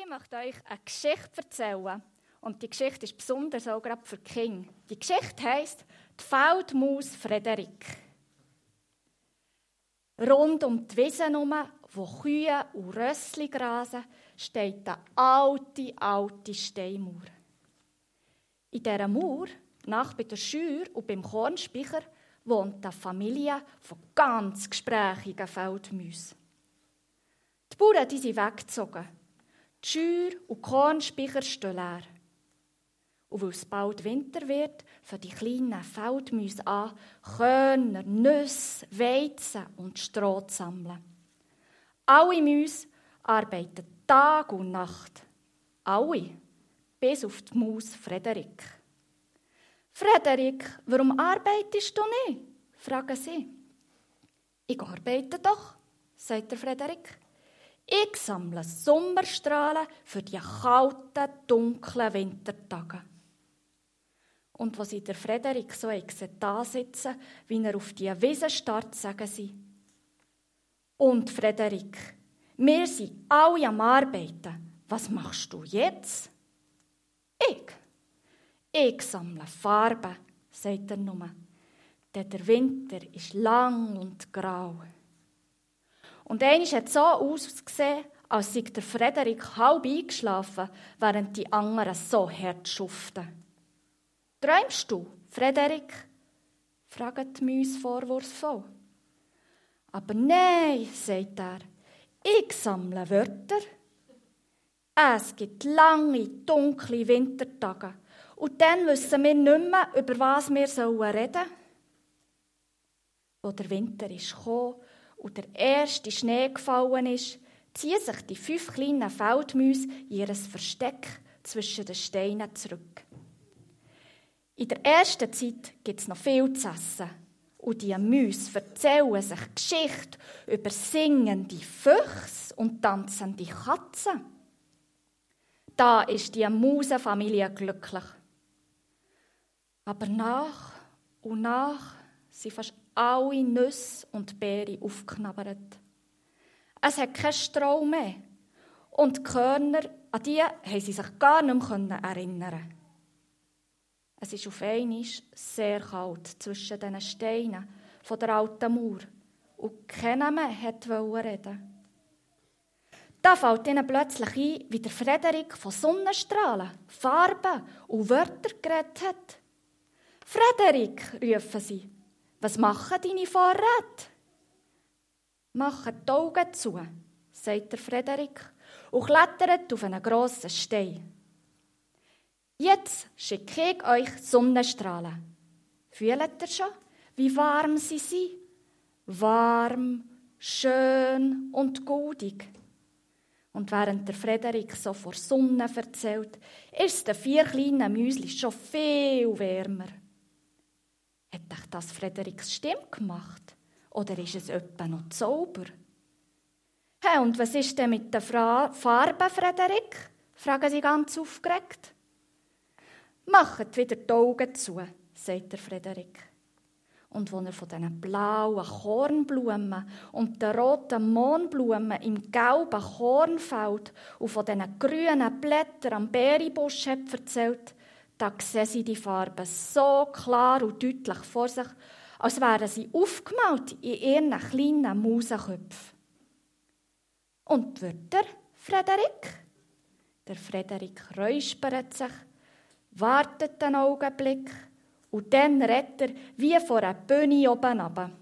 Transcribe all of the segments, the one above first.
Ich möchte euch eine Geschichte erzählen. Und die Geschichte ist besonders auch gerade für die Kinder. Die Geschichte heisst «Die Feldmaus Frederik». Rund um die Wiese herum, wo Kühe und Rössli grasen, steht eine alte Steinmauer. In dieser Mauer, nach bei der Scheuer und beim Kornspeicher, wohnt eine Familie von ganz gesprächigen Feldmäusen. Die Bauern sind weggezogen. Die Scheuer und die Kornspeicher stehen leer. Und weil es bald Winter wird, fangen die kleinen Feldmäuse an, Körner, Nüsse, Weizen und Stroh zu sammeln. Alle Mäuse arbeiten Tag und Nacht. Alle, bis auf die Maus Frederik. «Frederik, warum arbeitest du nicht?» fragen sie. «Ich arbeite doch», sagt der Frederik. «Ich sammle Sommerstrahlen für die kalten, dunklen Wintertage.» Und als sie der Frederik so da sitzen, wie er auf die Wiese starrt, sagen sie: «Und Frederik, wir sind alle am Arbeiten. Was machst du jetzt?» «Ich sammle Farben», sagt er nur, «denn der Winter ist lang und grau.» Und einmal hat es so ausgesehen, als sei der Frederik halb eingeschlafen, während die anderen so hart schuften. «Träumst du, Frederik?» fragen die Mäuse vorwurfsvoll. «Aber nein», sagt er, «ich sammle Wörter. Es gibt lange, dunkle Wintertage und dann wissen wir nicht mehr, über was wir reden sollen.» Als der Winter kam und der erste Schnee gefallen ist, ziehen sich die 5 kleinen Feldmäuse in ihr Versteck zwischen den Steinen zurück. In der ersten Zeit gibt es noch viel zu essen. Und die Mäuse erzählen sich Geschichten über singende Füchse und tanzende Katzen. Da ist die Mausenfamilie glücklich. Aber nach und nach sind fast alle Nüsse und Beeren aufgeknabbert. Es hat keinen Stroh mehr. Und die Körner, an die haben sie sich gar nicht mehr erinnern. Es ist auf einmal sehr kalt zwischen den Steinen von der alten Mauer und keiner mehr wollte reden. Da fällt ihnen plötzlich ein, wie der Frederik von Sonnenstrahlen, Farben und Wörtern geredet hat. «Frederik», rufen sie, «was machen deine Vorräte?» «Macht die Augen zu», sagt der Frederik und klettert auf einen grossen Stein. «Jetzt schicke ich euch Sonnenstrahlen. Fühlt ihr schon, wie warm sie sind? Warm, schön und goldig.» Und während der Frederik so vor Sonne erzählt, ist es den 4 kleinen Mäuschen schon viel wärmer. Hat euch das Frederiks Stimme gemacht? Oder ist es etwa noch Zauber? «Hey, und was ist denn mit den Farben, Frederik?» fragen sie ganz aufgeregt. «Macht wieder die Augen zu», sagt der Frederik. Und als er von diesen blauen Kornblumen und den roten Mohnblumen im gelben Kornfeld und von diesen grünen Blättern am Beerenbusch hat erzählt, da sehen sie die Farben so klar und deutlich vor sich, als wären sie aufgemalt in ihren kleinen Mausenköpfen. «Und die Wörter, Frederik?» Der Frederik räuspert sich, wartet einen Augenblick und dann redet er wie vor einer Bühne oben runter.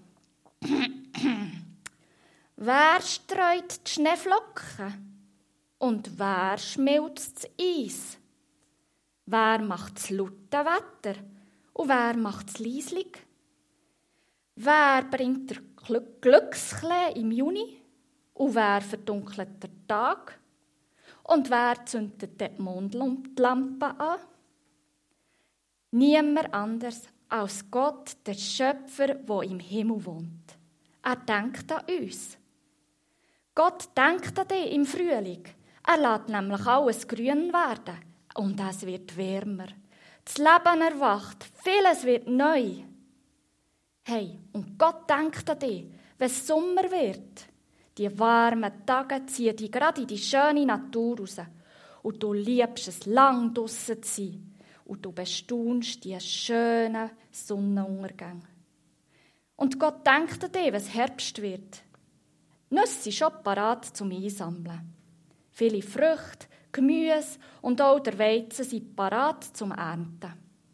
«Wer streut die Schneeflocken? Und wer schmilzt das Eis? Wer macht das laute Wetter? Und wer macht es leislich? Wer bringt der Glücksklee im Juni? Und wer verdunkelt den Tag? Und wer zündet die Mondlampe an?» Niemand anders als Gott, der Schöpfer, der im Himmel wohnt. Er denkt an uns. Gott denkt an dich im Frühling. Er lässt nämlich alles grün werden und es wird wärmer. Das Leben erwacht, vieles wird neu. Hey, und Gott denkt an dich, wenn es Sommer wird. Die warmen Tage ziehen dich gerade in die schöne Natur raus. und du liebst es, lang draussen zu sein. Und du bestaunst die schönen Sonnenuntergänge. Und Gott denkt an dich, wenn es Herbst wird. Nüsse sind schon parat zum Einsammeln. Viele Früchte, Gemüse und auch der Weizen sind parat zum Ernten.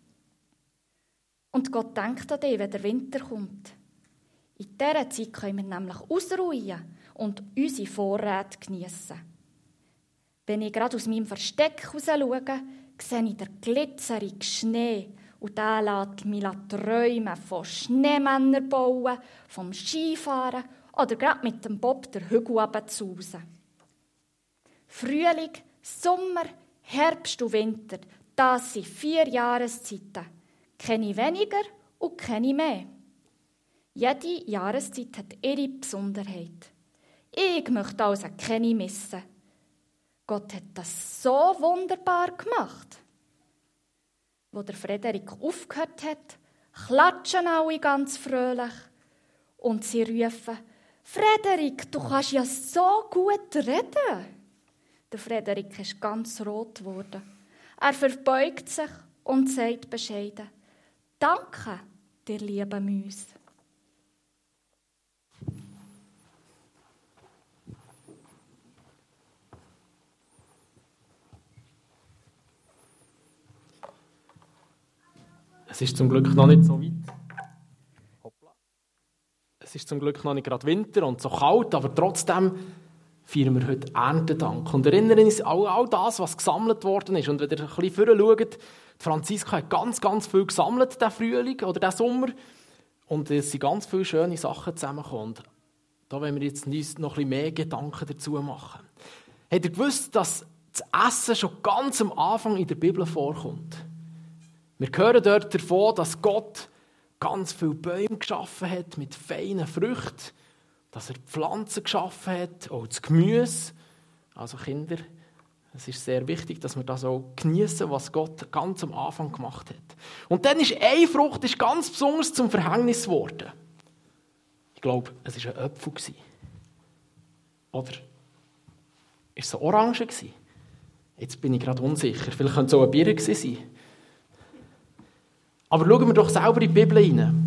Und Gott denkt an dich, wenn der Winter kommt. In dieser Zeit können wir nämlich ausruhen und unsere Vorräte geniessen. Wenn ich gerade aus meinem Versteck raus schaue, sehe ich den glitzerigen Schnee und der lässt mich träumen von Schneemännern bauen, vom Skifahren oder gerade mit dem Bob der Hügel runterzusausen. Frühling, Sommer, Herbst und Winter, das sind 4 Jahreszeiten. Keine weniger und keine mehr. Jede Jahreszeit hat ihre Besonderheit. Ich möchte also keine missen. Gott hat das so wunderbar gemacht. Wo der Frederik aufgehört hat, klatschen alle ganz fröhlich und sie rufen: «Frederik, du kannst ja so gut reden!» Der Frederik ist ganz rot geworden. Er verbeugt sich und sagt bescheiden: «Danke, dir liebe Mäuse.» Es ist zum Glück noch nicht so weit. Es ist zum Glück noch nicht gerade Winter und so kalt, aber trotzdem feiern wir heute Erntedank und erinnern uns an all das, was gesammelt worden ist. Und wenn ihr ein bisschen vorher schaut, Franziska hat ganz, ganz viel gesammelt, diesen Frühling oder diesen Sommer. Und es sind ganz viele schöne Sachen zusammengekommen. Und da wollen wir jetzt uns noch ein bisschen mehr Gedanken dazu machen. Habt ihr gewusst, dass das Essen schon ganz am Anfang in der Bibel vorkommt? Wir hören dort davon, dass Gott ganz viele Bäume geschaffen hat mit feinen Früchten, dass er Pflanzen geschaffen hat, auch das Gemüse. Also Kinder, es ist sehr wichtig, dass wir das auch genießen, was Gott ganz am Anfang gemacht hat. Und dann ist eine Frucht ganz besonders zum Verhängnis geworden. Ich glaube, es war ein Apfel. Oder war es eine Orange? Jetzt bin ich gerade unsicher. Vielleicht könnte es auch eine Birne sein. Aber schauen wir doch selber in die Bibel hinein.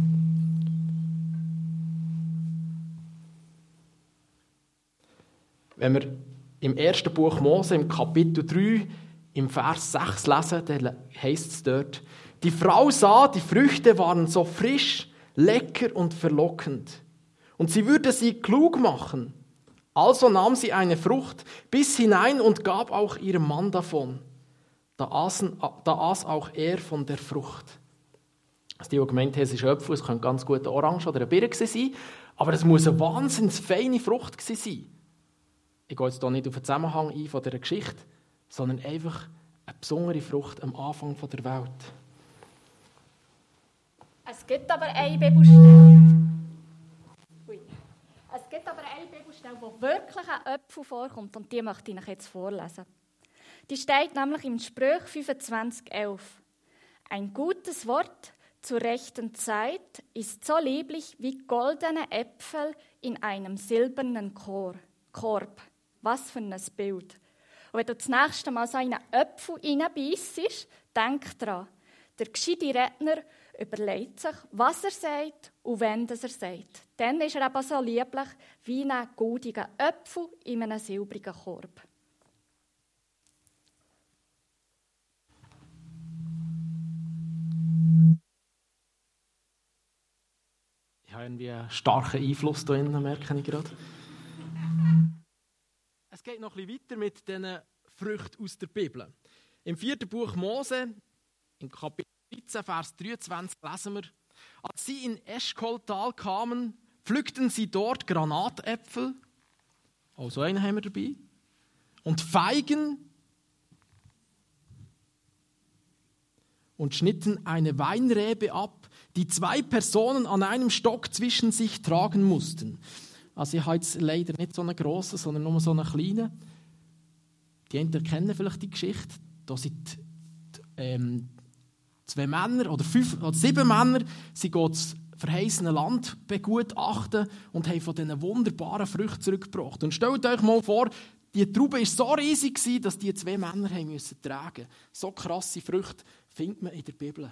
Wenn wir im 1. Buch Mose, im Kapitel 3, im Vers 6 lesen, dann heisst es dort: Die Frau sah, die Früchte waren so frisch, lecker und verlockend. Und sie würde sie klug machen. Also nahm sie eine Frucht, biss hinein und gab auch ihrem Mann davon. Da aß auch er von der Frucht. Also die gemeint haben, es ist Apfel, es könnte ganz gut eine Orange oder eine Birne sein, aber es muss eine wahnsinnig feine Frucht sein. Ich gehe jetzt hier nicht auf den Zusammenhang ein von dieser Geschichte, sondern einfach eine besondere Frucht am Anfang der Welt. Es gibt aber eine Bibelstelle. Es gibt aber eine Bibelstelle, wo wirklich ein Apfel vorkommt, und die möchte ich euch jetzt vorlesen. Die steht nämlich im Sprüch 25,11. Ein gutes Wort zur rechten Zeit ist so lieblich wie goldene Äpfel in einem silbernen Korb. Was für ein Bild. Und wenn du das nächste Mal so einen Apfel reinbeissest, denk daran, der gescheite Redner überlegt sich, was er sagt und wann er sagt. Dann ist er eben so lieblich wie ein goldiger Apfel in einem silbrigen Korb. Ich habe irgendwie einen starken Einfluss hier drin, merke ich gerade. Es geht noch ein bisschen weiter mit diesen Früchten aus der Bibel. Im 4. Buch Mose, im Kapitel 13, Vers 23, lesen wir: Als sie in Eschkoltal kamen, pflückten sie dort Granatäpfel, auch so einen haben wir dabei, und Feigen und schnitten eine Weinrebe ab, die 2 Personen an einem Stock zwischen sich tragen mussten. Also ich habe jetzt leider nicht so einen grossen, sondern nur so einen kleinen. Die einen kennen vielleicht die Geschichte. Da sind 2 Männer oder 5 oder 7 Männer, sie gehen das verheißene Land begutachten und haben von diesen wunderbaren Früchten zurückgebracht. Und stellt euch mal vor, Die Traube war so riesig, dass die 2 Männer tragen mussten. So krasse Früchte findet man in der Bibel.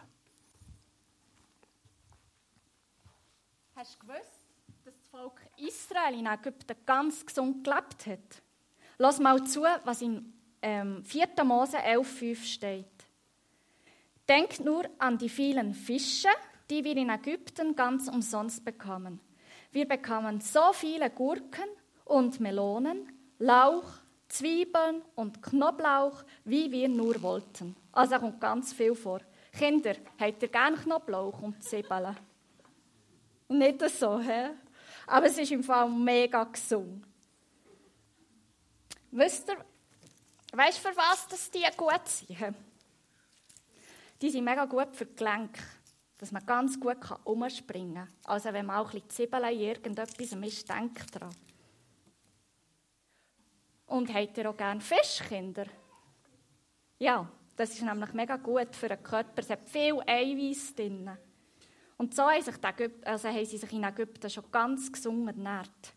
Hast du gewusst, dass das Volk Israel in Ägypten ganz gesund gelebt hat? Lass mal zu, was in 4. Mose 11,5 steht. Denkt nur an die vielen Fische, die wir in Ägypten ganz umsonst bekamen. Wir bekamen so viele Gurken und Melonen, Lauch, Zwiebeln und Knoblauch, wie wir nur wollten. Also da kommt ganz viel vor. Kinder, habt ihr gerne Knoblauch und Zwiebeln? Nicht so, hä? Aber es ist im Fall mega gesund. Weißt du, für was dass die gut sind? Die sind mega gut für die Gelenke, dass man ganz gut umspringen kann. Also wenn man auch ein bisschen Zwiebeln in irgendetwas ist, denkt dran. Und habt ihr auch gerne Fisch, Kinder? Ja, das ist nämlich mega gut für den Körper. Es hat viel Eiweiß drin. Und so haben sie sich in Ägypten schon ganz gesund ernährt.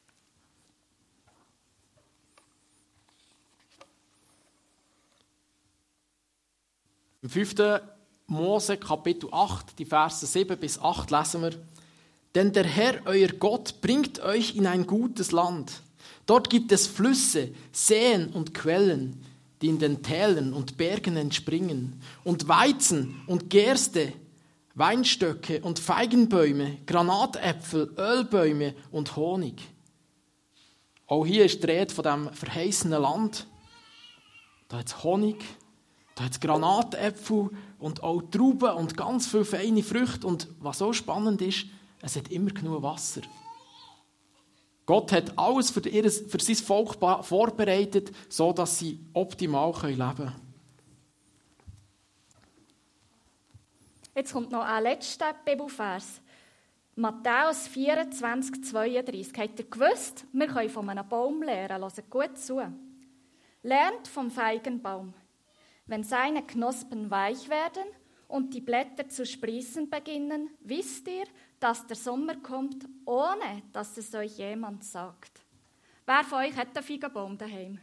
Im 5. Mose, Kapitel 8, die Verse 7 bis 8 lesen wir: Denn der Herr, euer Gott, bringt euch in ein gutes Land. Dort gibt es Flüsse, Seen und Quellen, die in den Tälern und Bergen entspringen, und Weizen und Gerste, Weinstöcke und Feigenbäume, Granatäpfel, Ölbäume und Honig. Auch hier ist die Rede von diesem verheißenen Land. Da hat es Honig, da hat es Granatäpfel und auch Trauben und ganz viele feine Früchte. Und was so spannend ist, es hat immer genug Wasser. Gott hat alles für sein Volk vorbereitet, sodass sie optimal leben können. Jetzt kommt noch ein letzter Bibelvers. Matthäus 24, 32. Habt ihr gewusst, wir können von einem Baum lernen? Hört gut zu. Lernt vom Feigenbaum. Wenn seine Knospen weich werden und die Blätter zu sprießen beginnen, wisst ihr, dass der Sommer kommt, ohne dass es euch jemand sagt. Wer von euch hat einen Feigenbaum daheim?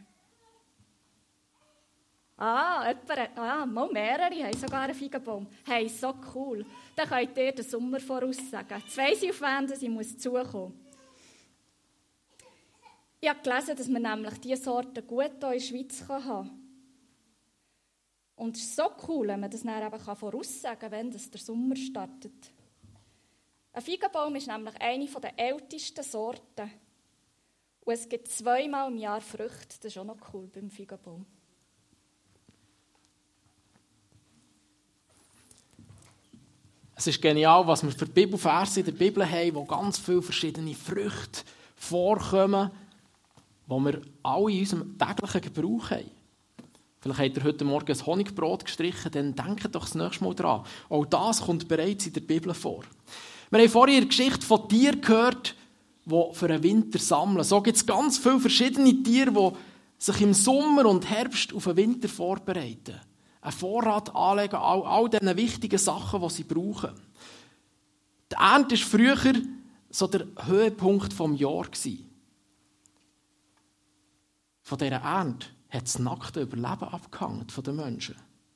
Mehrere haben sogar einen Feigenbaum. Hey, so cool. Dann könnt ihr den Sommer voraussagen. Jetzt weiss ich, auf wen sie muss zukommen. Ich habe gelesen, dass man nämlich diese Sorte gut hier in der Schweiz haben kann. Und es ist so cool, wenn man das dann eben voraussagen kann, wenn der Sommer startet. Ein Feigenbaum ist nämlich eine der ältesten Sorten. Und es gibt 2-mal im Jahr Früchte. Das ist auch noch cool beim Feigenbaum. Es ist genial, was wir für Bibelverse in der Bibel haben, wo ganz viele verschiedene Früchte vorkommen, die wir alle in unserem täglichen Gebrauch haben. Vielleicht habt ihr heute Morgen ein Honigbrot gestrichen, dann denkt doch das nächste Mal dran. Auch das kommt bereits in der Bibel vor. Wir haben vorhin in der Geschichte von Tieren gehört, die für den Winter sammeln. So gibt es ganz viele verschiedene Tiere, die sich im Sommer und Herbst auf den Winter vorbereiten. Einen Vorrat anlegen, all diesen wichtigen Sachen, die sie brauchen. Die Ernte war früher so der Höhepunkt des Jahres. Von dieser Ernte hat das nackte Überleben abgehangen von den Menschen.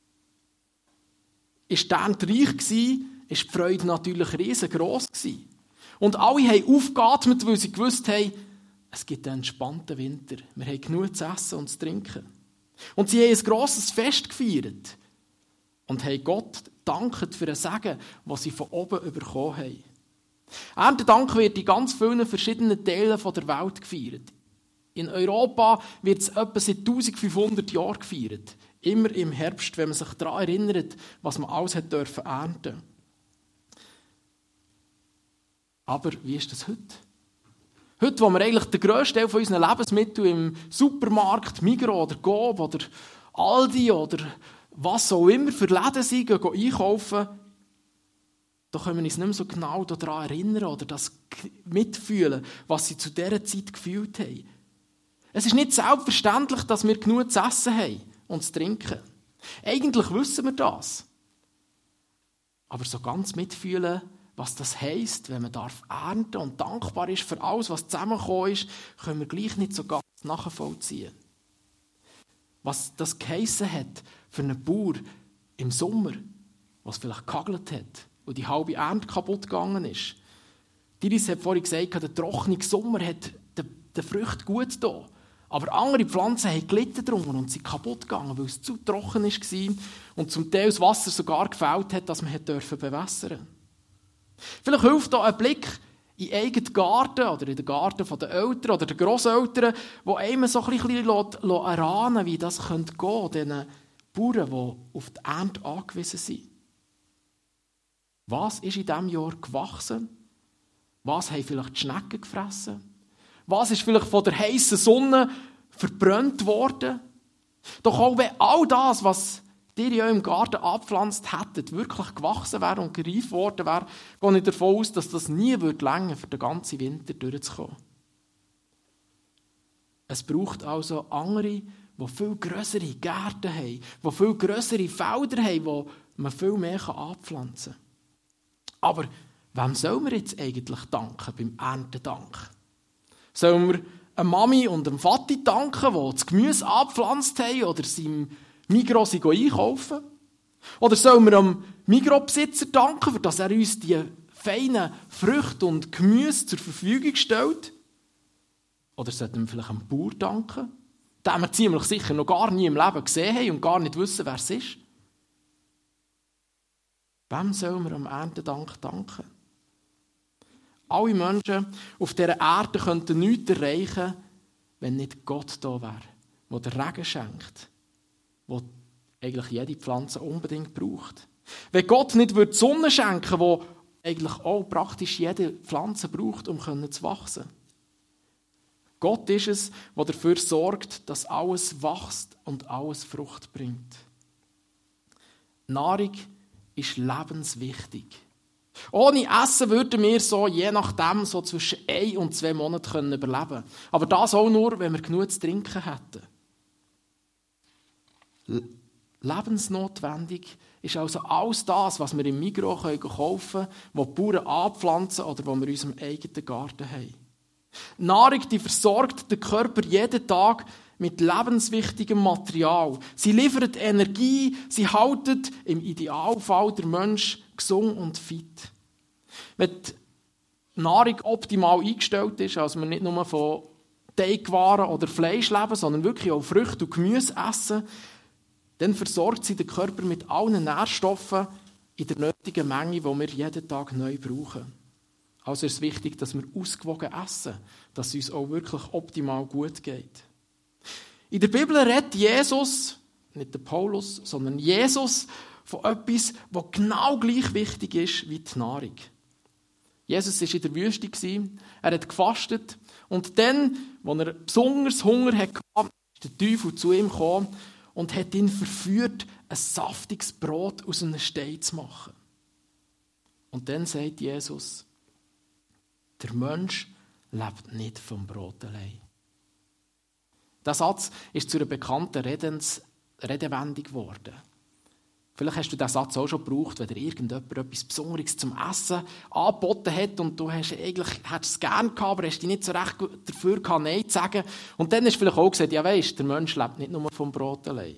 Ist die Ernte reich gewesen, ist die Freude natürlich riesengroß gewesen. Und alle haben aufgeatmet, weil sie gewusst haben, es gibt einen entspannten Winter. Wir haben genug zu essen und zu trinken. Und sie haben ein grosses Fest gefeiert und haben Gott gedankt für den Segen, den sie von oben bekommen haben. Erntedank wird in ganz vielen verschiedenen Teilen der Welt gefeiert. In Europa wird es etwa seit 1500 Jahren gefeiert. Immer im Herbst, wenn man sich daran erinnert, was man alles ernten durfte. Aber wie ist das heute? Heute, wo wir eigentlich den grössten Teil von unseren Lebensmitteln im Supermarkt, Migros oder Coop oder Aldi oder was auch immer für Läden sind, gehen einkaufen, da können wir uns nicht mehr so genau daran erinnern oder das mitfühlen, was sie zu dieser Zeit gefühlt haben. Es ist nicht selbstverständlich, dass wir genug zu essen haben und zu trinken. Eigentlich wissen wir das. Aber so ganz mitfühlen, was das heisst, wenn man ernten darf und dankbar ist für alles, was zusammengekommen ist, können wir gleich nicht so ganz nachvollziehen. Was das geheissen hat für einen Bauer im Sommer, was vielleicht gehagelt hat und die halbe Ernte kaputt gegangen ist. Iris hat vorhin gesagt, der trockene Sommer hat den Früchten gut getan. Aber andere Pflanzen haben gelitten darunter und sind kaputt gegangen, weil es zu trocken war und zum Teil das Wasser sogar gefehlt hat, dass man bewässern durfte. Vielleicht hilft da ein Blick in den eigenen Garten oder in den Garten der Eltern oder der Grosseltern, wo einem so ein bisschen erahnen, wie das gehen könnte, diesen Bauern, die auf die Ernte angewiesen sind. Was ist in diesem Jahr gewachsen? Was haben vielleicht die Schnecken gefressen? Was ist vielleicht von der heißen Sonne verbrannt worden? Doch auch wenn all das, was ihr ja im Garten abgepflanzt hättet, wirklich gewachsen wäre und gereift worden wäre, gehe ich davon aus, dass das nie reichen würde, für den ganzen Winter durchzukommen. Es braucht also andere, die viel grössere Gärten haben, die viel grössere Felder haben, wo man viel mehr anpflanzen kann. Aber wem sollen wir jetzt eigentlich danken beim Erntedank? Sollen wir einer Mami und einem Vati danken, die das Gemüse angepflanzt haben oder seinem Migros einkaufen? Oder sollen wir einem Migros-Besitzer danken, für dass er uns die feinen Früchte und Gemüse zur Verfügung stellt? Oder sollten wir vielleicht einem Bauer danken, den wir ziemlich sicher noch gar nie im Leben gesehen haben und gar nicht wissen, wer es ist? Wem sollen wir am Erntedank danken? Alle Menschen auf dieser Erde könnten nichts erreichen, wenn nicht Gott da wäre, der den Regen schenkt, der eigentlich jede Pflanze unbedingt braucht. Wenn Gott nicht die Sonne schenken würde, die eigentlich auch praktisch jede Pflanze braucht, um zu wachsen. Gott ist es, der dafür sorgt, dass alles wächst und alles Frucht bringt. Nahrung ist lebenswichtig. Ohne Essen würden wir so, je nachdem, so zwischen 1 und 2 Monaten überleben können. Aber das auch nur, wenn wir genug zu trinken hätten. Lebensnotwendig ist also alles das, was wir im Migros kaufen können, was die Bauern anpflanzen oder was wir in unserem eigenen Garten haben. Nahrung, die versorgt den Körper jeden Tag mit lebenswichtigem Material. Sie liefert Energie, sie halten im Idealfall den Menschen gesund und fit. Wenn die Nahrung optimal eingestellt ist, also wir nicht nur von Teigwaren oder Fleisch leben, sondern wirklich auch Früchte und Gemüse essen, dann versorgt sie den Körper mit allen Nährstoffen in der nötigen Menge, die wir jeden Tag neu brauchen. Also ist es wichtig, dass wir ausgewogen essen, dass es uns auch wirklich optimal gut geht. In der Bibel redet Jesus, nicht der Paulus, sondern Jesus von etwas, was genau gleich wichtig ist wie die Nahrung. Jesus war in der Wüste, er hat gefastet und dann, als er besonders Hunger hatte, ist der Teufel zu ihm gekommen und hat ihn verführt, ein saftiges Brot aus einem Stein zu machen. Und dann sagt Jesus, der Mensch lebt nicht vom Brot allein. Dieser Satz ist zu einer bekannten Redewendung geworden. Vielleicht hast du diesen Satz auch schon gebraucht, wenn dir irgendjemand etwas Besonderes zum Essen angeboten hat und du hättest es gerne gehabt, aber hast dich nicht so recht dafür gehabt, Nein zu sagen. Und dann hast du vielleicht auch gesagt, ja weisst, der Mensch lebt nicht nur vom Brot allein.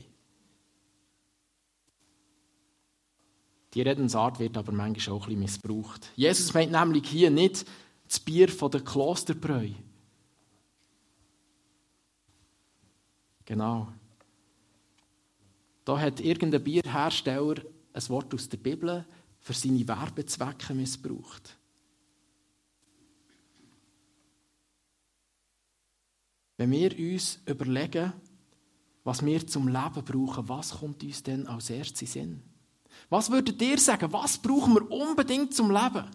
Die Redensart wird aber manchmal auch ein bisschen missbraucht. Jesus meint nämlich hier nicht das Bier von der Klosterbräu. Genau. Da hat irgendein Bierhersteller ein Wort aus der Bibel für seine Werbezwecke missbraucht. Wenn wir uns überlegen, was wir zum Leben brauchen, was kommt uns denn als erstes in den Sinn? Was würdet ihr sagen, was brauchen wir unbedingt zum Leben?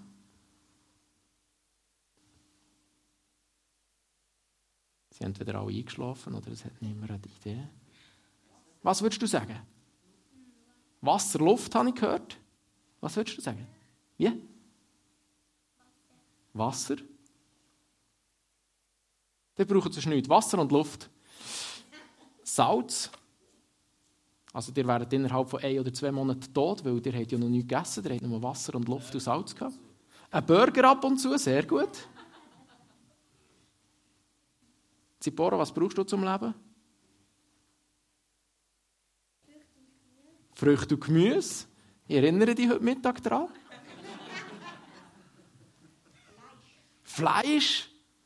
Sie haben entweder alle eingeschlafen oder es hat niemand eine Idee. Was würdest du sagen? Wasser, Luft, habe ich gehört. Was würdest du sagen? Wie? Wasser. Dann braucht es nichts. Wasser und Luft. Salz. Also ihr werdet innerhalb von 1 oder 2 Monaten tot, weil ihr habt ja noch nichts gegessen. Ihr habt nur Wasser und Luft und Salz gehabt. Ein Burger ab und zu, sehr gut. Zipporah, was brauchst du zum Leben? Früchte und Gemüse. Ich erinnere dich heute Mittag daran. Fleisch.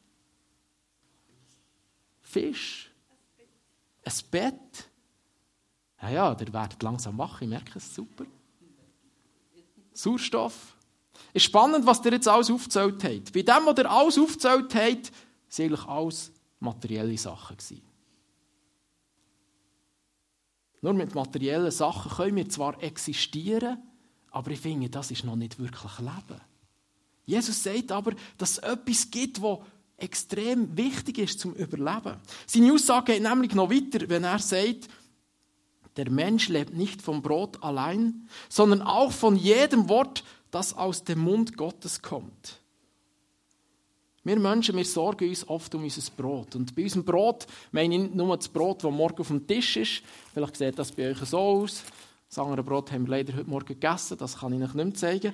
Fisch. Ein Bett. Ja, ihr werdet langsam wach, ich merke es, super. Sauerstoff. Es ist spannend, was ihr jetzt alles aufgezählt habt. Bei dem, was ihr alles aufgezählt habt, waren eigentlich alles materielle Sachen. Nur mit materiellen Sachen können wir zwar existieren, aber ich finde, das ist noch nicht wirklich Leben. Jesus sagt aber, dass es etwas gibt, das extrem wichtig ist zum Überleben. Seine Aussage geht nämlich noch weiter, wenn er sagt, der Mensch lebt nicht vom Brot allein, sondern auch von jedem Wort, das aus dem Mund Gottes kommt. Wir Menschen, wir sorgen uns oft um unser Brot. Und bei unserem Brot meine ich nicht nur das Brot, das morgen auf dem Tisch ist. Vielleicht sieht das bei euch so aus. Das andere Brot haben wir leider heute Morgen gegessen, das kann ich euch nicht mehr zeigen.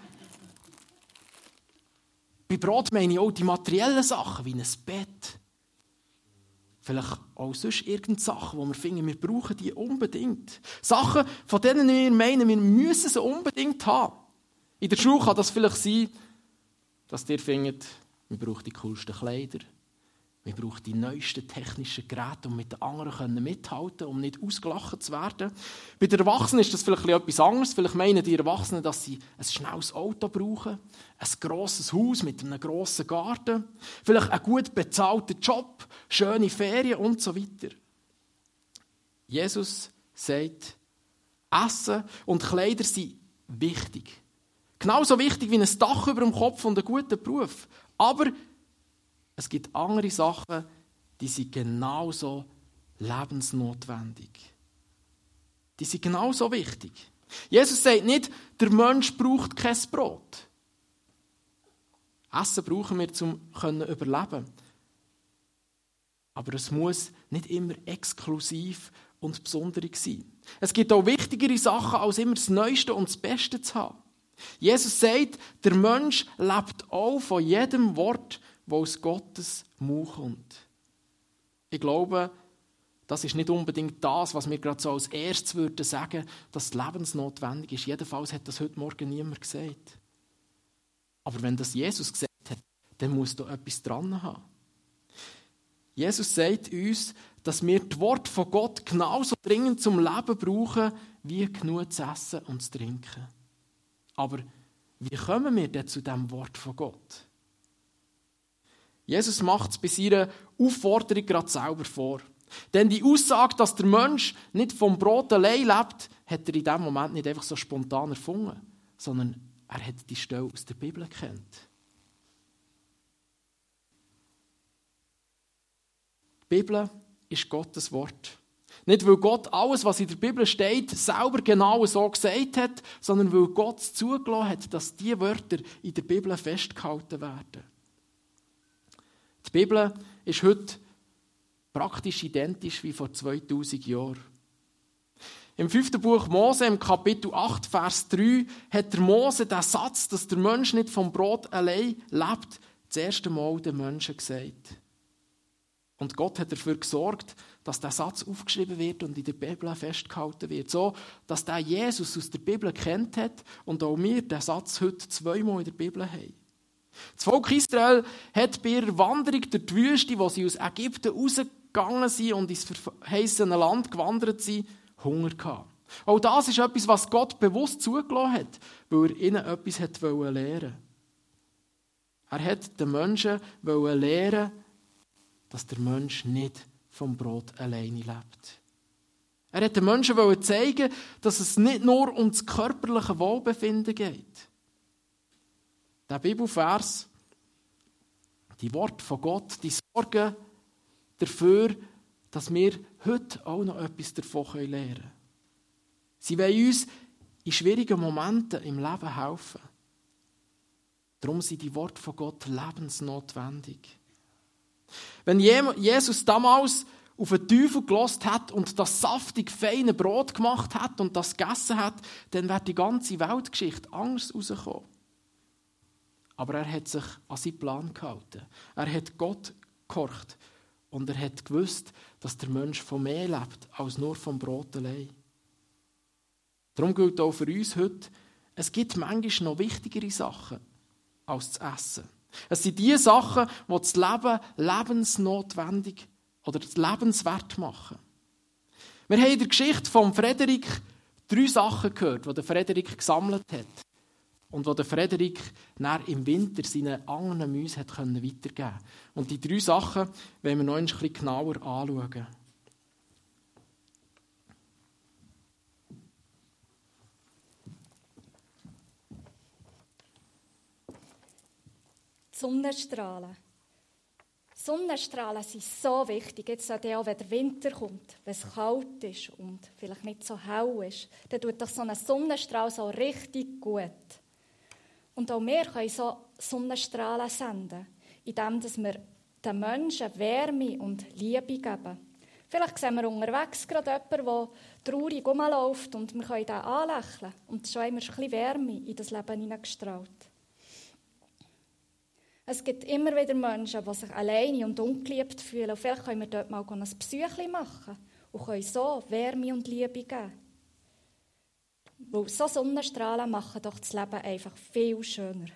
Bei Brot meine ich auch die materiellen Sachen, wie ein Bett. Vielleicht auch sonst irgendeine Sachen, wo wir finden, wir brauchen die unbedingt. Sachen, von denen wir meinen, wir müssen sie unbedingt haben. In der Schule kann das vielleicht sein, dass ihr findet, wir brauchen die coolsten Kleider, wir brauchen die neuesten technischen Geräte, um mit den anderen mithalten können, um nicht ausgelacht zu werden. Bei den Erwachsenen ist das vielleicht etwas anderes. Vielleicht meinen die Erwachsenen, dass sie ein schnelles Auto brauchen, ein grosses Haus mit einem grossen Garten, vielleicht einen gut bezahlten Job, schöne Ferien und so weiter. Jesus sagt, Essen und Kleider sind wichtig. Genauso wichtig wie ein Dach über dem Kopf und einen guten Beruf. Aber es gibt andere Sachen, die sind genauso lebensnotwendig. Die sind genauso wichtig. Jesus sagt nicht, der Mensch braucht kein Brot. Essen brauchen wir, um überleben. Aber es muss nicht immer exklusiv und besonderig sein. Es gibt auch wichtigere Sachen, als immer das Neueste und das Beste zu haben. Jesus sagt, der Mensch lebt auch von jedem Wort, das aus Gottes Mund kommt. Ich glaube, das ist nicht unbedingt das, was wir gerade so als erstes sagen würden, dass lebensnotwendig ist. Jedenfalls hat das heute Morgen niemand gesagt. Aber wenn das Jesus gesagt hat, dann muss da etwas dran haben. Jesus sagt uns, dass wir die Worte von Gott genauso dringend zum Leben brauchen, wie genug zu essen und zu trinken. Aber wie kommen wir denn zu diesem Wort von Gott? Jesus macht es bei seiner Aufforderung gerade selber vor. Denn die Aussage, dass der Mensch nicht vom Brot allein lebt, hat er in diesem Moment nicht einfach so spontan erfunden, sondern er hat die Stelle aus der Bibel gekannt. Die Bibel ist Gottes Wort. Nicht, weil Gott alles, was in der Bibel steht, selber genau so gesagt hat, sondern weil Gott es zugelassen hat, dass diese Wörter in der Bibel festgehalten werden. Die Bibel ist heute praktisch identisch wie vor 2000 Jahren. Im 5. Buch Mose, im Kapitel 8, Vers 3, hat der Mose den Satz, dass der Mensch nicht vom Brot allein lebt, das erste Mal den Menschen gesagt. Und Gott hat dafür gesorgt, dass der Satz aufgeschrieben wird und in der Bibel festgehalten wird. So, dass der Jesus aus der Bibel kennt hat und auch wir den Satz heute zweimal in der Bibel haben. Das Volk Israel hat bei ihrer Wanderung durch die Wüste, wo sie aus Ägypten rausgegangen sind und ins verheißene Land gewandert sind, Hunger gehabt. Auch das ist etwas, was Gott bewusst zugelassen hat, weil er ihnen etwas lernen wollte. Er hat den Menschen lehren, dass der Mensch nicht vom Brot alleine lebt. Er hat den Menschen zeigen, dass es nicht nur um das körperliche Wohlbefinden geht. Der Bibelvers, die Worte von Gott, die sorgen dafür, dass wir heute auch noch etwas davon lernen können. Sie wollen uns in schwierigen Momenten im Leben helfen. Darum sind die Worte von Gott lebensnotwendig. Wenn Jesus damals auf den Teufel gehört hat und das saftig feine Brot gemacht hat und das gegessen hat, dann wäre die ganze Weltgeschichte anders herausgekommen. Aber er hat sich an seinen Plan gehalten. Er hat Gott gehorcht und er hat gewusst, dass der Mensch von mehr lebt, als nur vom Brot allein. Darum gilt auch für uns heute, es gibt manchmal noch wichtigere Sachen als das Essen. Es sind die Sachen, die das Leben lebensnotwendig oder das lebenswert machen. Wir haben in der Geschichte von Frederik 3 Sachen gehört, die der Frederik gesammelt hat und die der Frederik dann im Winter seinen anderen Mäusen weitergeben konnte. Und die 3 Sachen wollen wir noch ein bisschen genauer anschauen. Sonnenstrahlen. Sonnenstrahlen sind so wichtig, jetzt auch wenn der Winter kommt, wenn es kalt ist und vielleicht nicht so hell ist, dann tut doch so ein Sonnenstrahl so richtig gut. Und auch wir können so Sonnenstrahlen senden, indem wir den Menschen Wärme und Liebe geben. Vielleicht sehen wir unterwegs gerade jemanden, der traurig rumläuft und wir können ihn anlächeln. Und schon haben wir ein bisschen Wärme in das Leben hineingestrahlt. Es gibt immer wieder Menschen, die sich alleine und ungeliebt fühlen. Und vielleicht können wir dort mal ein Besuchchen machen und können so Wärme und Liebe geben. Weil so Sonnenstrahlen machen doch das Leben einfach viel schöner.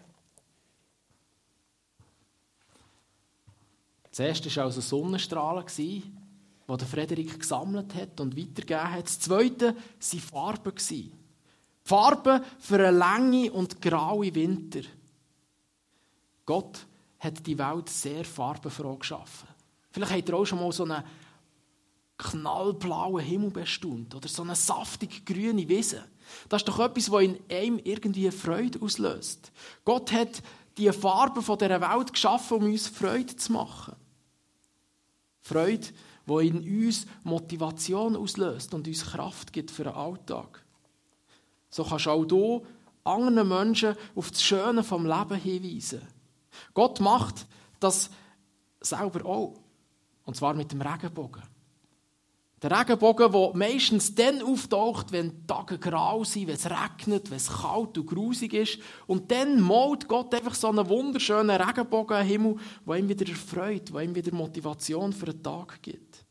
Das erste war also Sonnenstrahlen, die Frederik gesammelt hat und weitergegeben hat. Das zweite waren Farben. Farben für einen langen und grauen Winter. Gott hat die Welt sehr farbenfroh geschaffen. Vielleicht habt ihr auch schon mal so einen knallblauen Himmel bestaunt oder so eine saftig grüne Wiese. Das ist doch etwas, was in einem irgendwie Freude auslöst. Gott hat die Farben von dieser Welt geschaffen, um uns Freude zu machen. Freude, die in uns Motivation auslöst und uns Kraft gibt für den Alltag. So kannst auch du anderen Menschen auf das Schöne vom Leben hinweisen. Gott macht das selber auch. Und zwar mit dem Regenbogen. Der Regenbogen, der meistens dann auftaucht, wenn die Tage grau sind, wenn es regnet, wenn es kalt und grusig ist. Und dann malt Gott einfach so einen wunderschönen Regenbogenhimmel, der ihm wieder erfreut, der ihm wieder Motivation für den Tag gibt.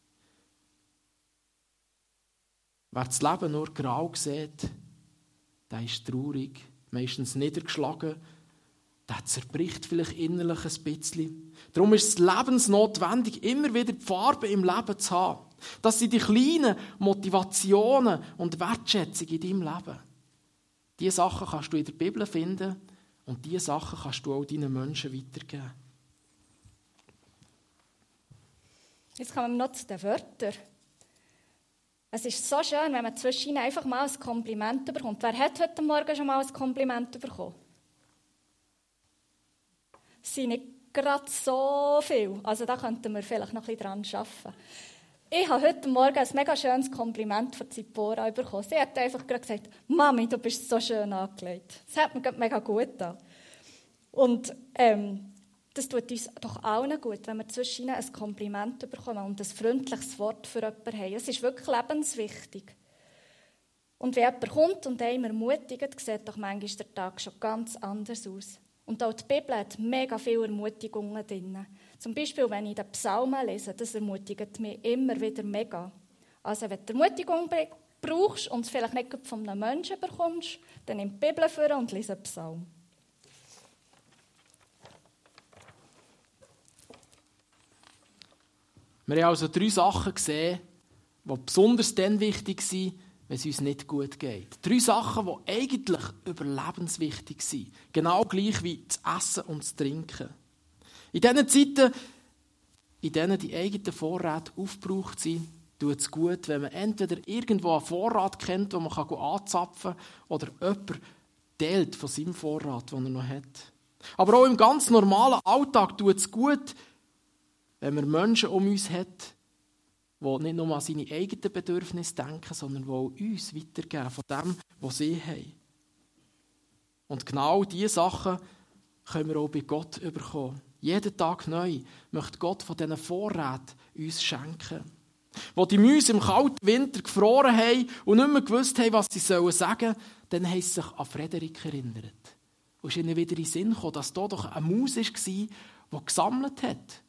Wer das Leben nur grau sieht, der ist traurig, meistens niedergeschlagen, der zerbricht vielleicht innerlich ein bisschen. Darum ist es lebensnotwendig, immer wieder die Farbe im Leben zu haben. Das sind die kleinen Motivationen und Wertschätzung in deinem Leben. Diese Sachen kannst du in der Bibel finden und diese Sachen kannst du auch deinen Menschen weitergeben. Jetzt kommen wir noch zu den Wörtern. Es ist so schön, wenn man zwischen einfach mal ein Kompliment bekommt. Wer hat heute Morgen schon mal ein Kompliment bekommen? Es sind nicht gerade so viel. Also da könnten wir vielleicht noch ein bisschen dran arbeiten. Ich habe heute Morgen ein mega schönes Kompliment von Zipporah bekommen. Sie hat einfach gerade gesagt, Mami, du bist so schön angelegt. Das hat mir gerade mega gut getan. Und das tut uns doch allen gut, wenn wir zwischen ihnen ein Kompliment bekommen und ein freundliches Wort für jemanden haben. Es ist wirklich lebenswichtig. Und wenn jemand kommt und einen ermutigt, sieht doch manchmal der Tag schon ganz anders aus. Und auch die Bibel hat mega viele Ermutigungen drin. Zum Beispiel, wenn ich den Psalmen lese, das ermutigt mich immer wieder mega. Also wenn du Ermutigung brauchst und es vielleicht nicht von einem Menschen bekommst, dann nimm die Bibel vor und lese einen Psalm. Wir haben also 3 Sachen gesehen, die besonders dann wichtig sind, wenn es uns nicht gut geht. 3 Sachen, die eigentlich überlebenswichtig sind. Genau gleich wie das Essen und das Trinken. In diesen Zeiten, in denen die eigenen Vorräte aufgebraucht sind, tut es gut, wenn man entweder irgendwo einen Vorrat kennt, den man anzapfen kann, oder jemand teilt von seinem Vorrat, den er noch hat. Aber auch im ganz normalen Alltag tut es gut, wenn man Menschen um uns hat, die nicht nur an seine eigenen Bedürfnisse denken, sondern die auch uns weitergeben von dem, was sie haben. Und genau diese Sachen können wir auch bei Gott bekommen. Jeden Tag neu möchte Gott von diesen Vorräten uns schenken. Wo die Mäuse im kalten Winter gefroren haben und nicht mehr gewusst haben, was sie sagen sollen, dann haben sie sich an Frederik erinnert. Und es ist ihnen wieder in den Sinn gekommen, dass da doch eine Maus war, die gesammelt hat.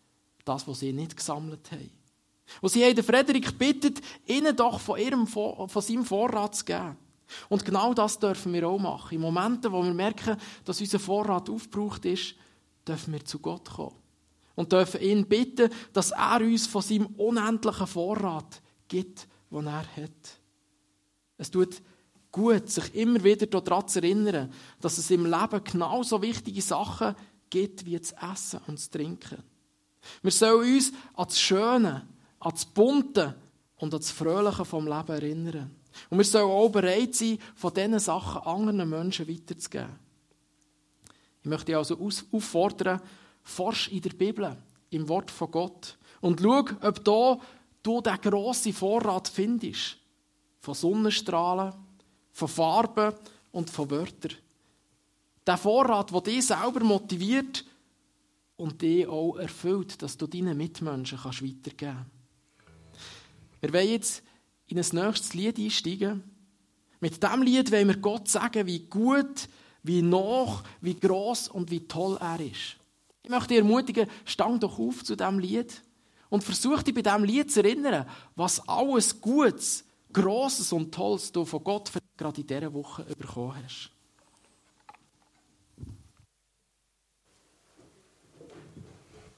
das, was sie nicht gesammelt haben. Und sie haben den Frederik gebeten, ihnen doch von seinem Vorrat zu geben. Und genau das dürfen wir auch machen. In Momenten, wo wir merken, dass unser Vorrat aufgebraucht ist, dürfen wir zu Gott kommen. Und dürfen ihn bitten, dass er uns von seinem unendlichen Vorrat gibt, den er hat. Es tut gut, sich immer wieder daran zu erinnern, dass es im Leben genauso wichtige Sachen gibt, wie das Essen und das Trinken. Wir sollen uns an das Schöne, an das Bunte und an das Fröhliche vom Leben erinnern. Und wir sollen auch bereit sein, von diesen Sachen anderen Menschen weiterzugeben. Ich möchte dich also auffordern, forsch in der Bibel, im Wort von Gott und schau, ob du den grossen Vorrat findest. Von Sonnenstrahlen, von Farben und von Wörtern. Der Vorrat, der dich selber motiviert und dich auch erfüllt, dass du deinen Mitmenschen weitergeben kannst. Wir wollen jetzt in ein nächstes Lied einsteigen. Mit diesem Lied wollen wir Gott sagen, wie gut, wie nah, wie gross und wie toll er ist. Ich möchte dich ermutigen, stang doch auf zu diesem Lied und versuch dich bei diesem Lied zu erinnern, was alles Gutes, Grosses und Tolles du von Gott gerade in dieser Woche bekommen hast.